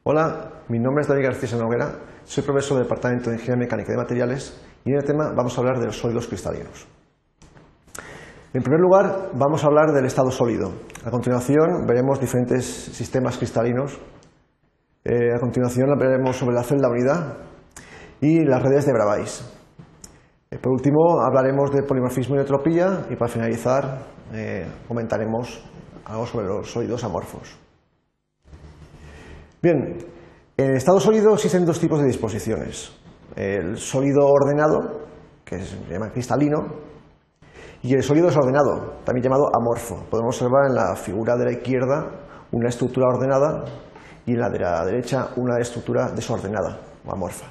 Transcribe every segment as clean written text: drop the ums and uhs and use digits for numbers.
Hola, mi nombre es David García Noguera, soy profesor del Departamento de Ingeniería Mecánica y de Materiales y en el tema vamos a hablar de los sólidos cristalinos. En primer lugar, vamos a hablar del estado sólido. A continuación veremos diferentes sistemas cristalinos. A continuación veremos sobre la celda unidad y las redes de Bravais. Por último, hablaremos de polimorfismo y entropía y para finalizar comentaremos algo sobre los sólidos amorfos. Bien, en el estado sólido existen dos tipos de disposiciones. El sólido ordenado, que se llama cristalino, y el sólido desordenado, también llamado amorfo. Podemos observar en la figura de la izquierda una estructura ordenada y en la de la derecha una estructura desordenada o amorfa.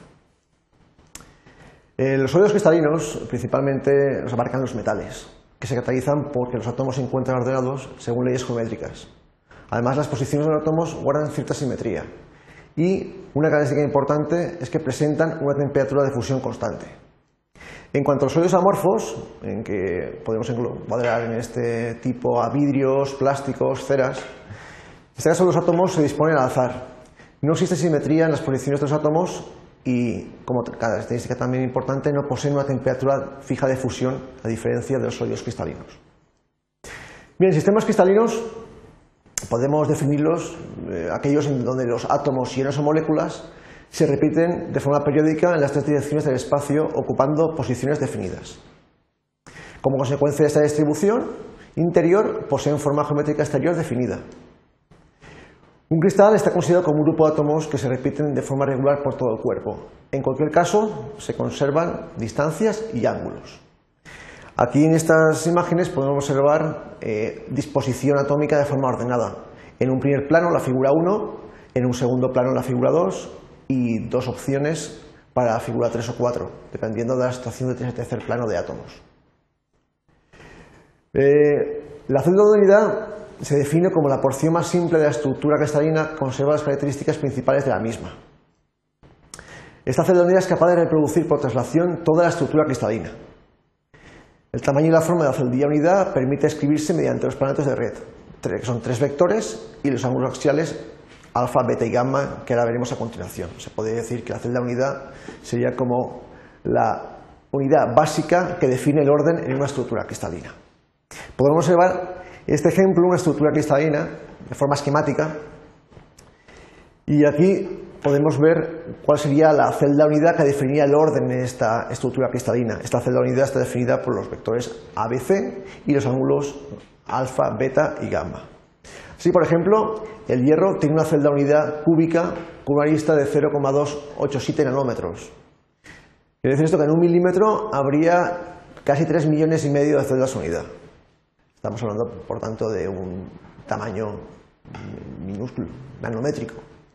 Los sólidos cristalinos principalmente los abarcan los metales, que se caracterizan porque los átomos se encuentran ordenados según leyes geométricas. Además, las posiciones de los átomos guardan cierta simetría y una característica importante es que presentan una temperatura de fusión constante. En cuanto a los sólidos amorfos, en que podemos encuadrar en este tipo a vidrios, plásticos, ceras, en este caso los átomos se disponen al azar. No existe simetría en las posiciones de los átomos y, como característica también importante, no poseen una temperatura fija de fusión, a diferencia de los sólidos cristalinos. Bien, sistemas cristalinos podemos definirlos, aquellos en donde los átomos, iones o moléculas se repiten de forma periódica en las tres direcciones del espacio, ocupando posiciones definidas. Como consecuencia de esta distribución interior, poseen forma geométrica exterior definida. Un cristal está considerado como un grupo de átomos que se repiten de forma regular por todo el cuerpo. En cualquier caso, se conservan distancias y ángulos. Aquí en estas imágenes podemos observar disposición atómica de forma ordenada. En un primer plano la figura 1, en un segundo plano la figura 2 y dos opciones para la figura 3 o 4, dependiendo de la situación de tercer plano de átomos. La celda de unidad se define como la porción más simple de la estructura cristalina que conserva las características principales de la misma. Esta celda de unidad es capaz de reproducir por traslación toda la estructura cristalina. El tamaño y la forma de la celda unidad permite escribirse mediante los parámetros de red, que son tres vectores, y los ángulos axiales alfa, beta y gamma, que ahora veremos a continuación. Se puede decir que la celda unidad sería como la unidad básica que define el orden en una estructura cristalina. Podemos observar este ejemplo, una estructura cristalina de forma esquemática, y aquí podemos ver cuál sería la celda unidad que definiría el orden en esta estructura cristalina. Esta celda unidad está definida por los vectores ABC y los ángulos alfa, beta y gamma. Así, por ejemplo, el hierro tiene una celda unidad cúbica con una arista de 0,287 nanómetros. Quiere decir esto que en un milímetro habría casi 3,5 millones de celdas unidad. Estamos hablando, por tanto, de un tamaño minúsculo, nanométrico.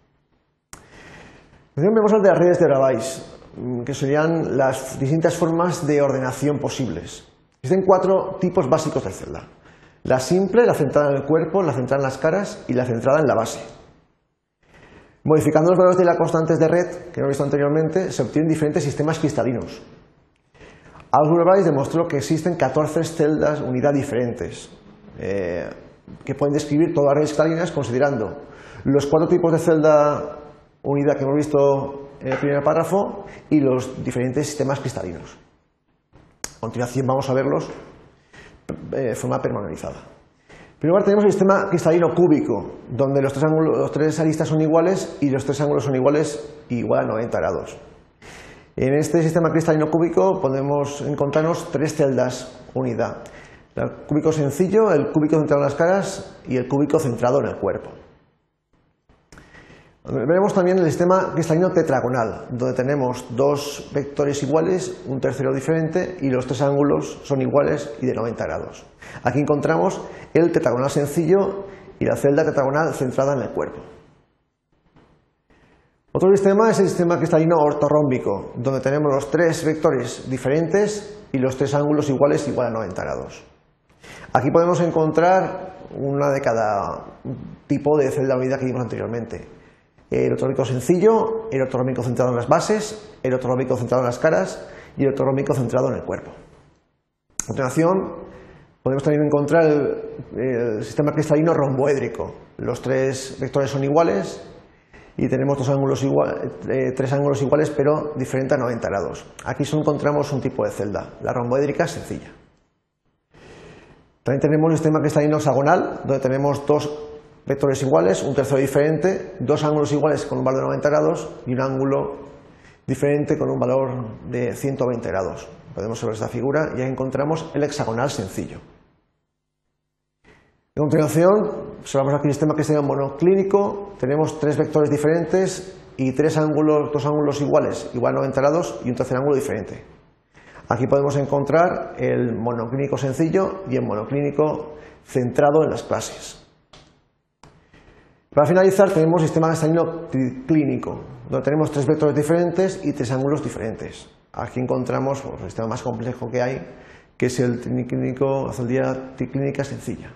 Vamos a hablar de las redes de Bravais, que serían las distintas formas de ordenación posibles. Existen cuatro tipos básicos de celda: la simple, la centrada en el cuerpo, la centrada en las caras y la centrada en la base. Modificando los valores de las constantes de red, que hemos visto anteriormente, se obtienen diferentes sistemas cristalinos. Albus Bravais demostró que existen 14 celdas unidad diferentes, que pueden describir todas las redes cristalinas considerando los cuatro tipos de celda unidad que hemos visto en el primer párrafo y los diferentes sistemas cristalinos. A continuación vamos a verlos de forma pormenorizada. En primer lugar tenemos el sistema cristalino cúbico, donde los tres aristas son iguales y los tres ángulos son iguales igual a 90 grados. En este sistema cristalino cúbico podemos encontrarnos tres celdas unidad: el cúbico sencillo, el cúbico centrado en las caras y el cúbico centrado en el cuerpo. Veremos también el sistema cristalino tetragonal, donde tenemos dos vectores iguales, un tercero diferente y los tres ángulos son iguales y de 90 grados. Aquí encontramos el tetragonal sencillo y la celda tetragonal centrada en el cuerpo. Otro sistema es el sistema cristalino ortorrómbico, donde tenemos los tres vectores diferentes y los tres ángulos iguales igual a 90 grados. Aquí podemos encontrar una de cada tipo de celda unidad que vimos anteriormente: el ortorrómbico sencillo, el ortorrómbico centrado en las bases, el ortorrómbico centrado en las caras y el ortorrómbico centrado en el cuerpo. A continuación podemos también encontrar el sistema cristalino romboédrico. Los tres vectores son iguales y tenemos tres ángulos iguales pero diferentes a 90 grados. Aquí solo encontramos un tipo de celda, la romboédrica sencilla. También tenemos un sistema cristalino hexagonal, donde tenemos dos vectores iguales, un tercero diferente, dos ángulos iguales con un valor de 90 grados y un ángulo diferente con un valor de 120 grados. Podemos ver esta figura y ahí encontramos el hexagonal sencillo. A continuación, observamos aquí el sistema cristalino monoclínico, tenemos tres vectores diferentes y dos ángulos iguales, igual a 90 grados y un tercer ángulo diferente. Aquí podemos encontrar el monoclínico sencillo y el monoclínico centrado en las clases. Para finalizar tenemos el sistema cristalino triclínico, donde tenemos tres vectores diferentes y tres ángulos diferentes. Aquí encontramos el sistema más complejo que hay, que es el triclínico, la celdilla triclínica sencilla.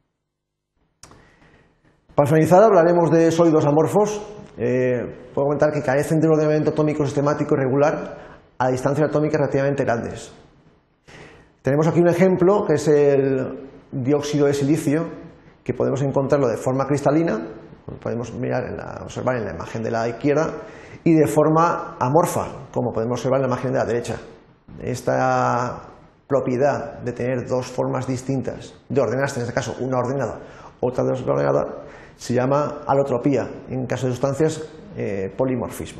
Para finalizar hablaremos de sólidos amorfos. Puedo comentar que carecen de un ordenamiento atómico sistemático y regular a distancias atómicas relativamente grandes. Tenemos aquí un ejemplo que es el dióxido de silicio, que podemos encontrarlo de forma cristalina, podemos observar en la imagen de la izquierda, y de forma amorfa, como podemos observar en la imagen de la derecha. Esta propiedad de tener dos formas distintas de ordenarse, en este caso una ordenada, otra desordenada, se llama alotropía, en caso de sustancias polimorfismo.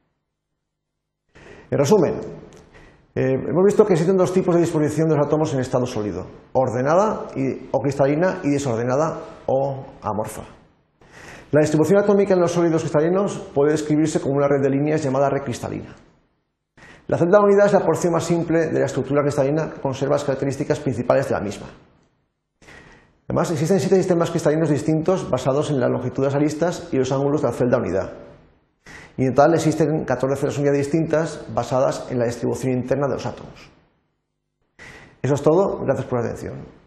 En resumen, hemos visto que existen dos tipos de disposición de los átomos en estado sólido: ordenada o cristalina y desordenada o amorfa. La distribución atómica en los sólidos cristalinos puede describirse como una red de líneas llamada red cristalina. La celda unidad es la porción más simple de la estructura cristalina que conserva las características principales de la misma. Además, existen 7 sistemas cristalinos distintos basados en las longitudes aristas y los ángulos de la celda unidad. Y en total existen 14 celdas unidad distintas basadas en la distribución interna de los átomos. Eso es todo, gracias por la atención.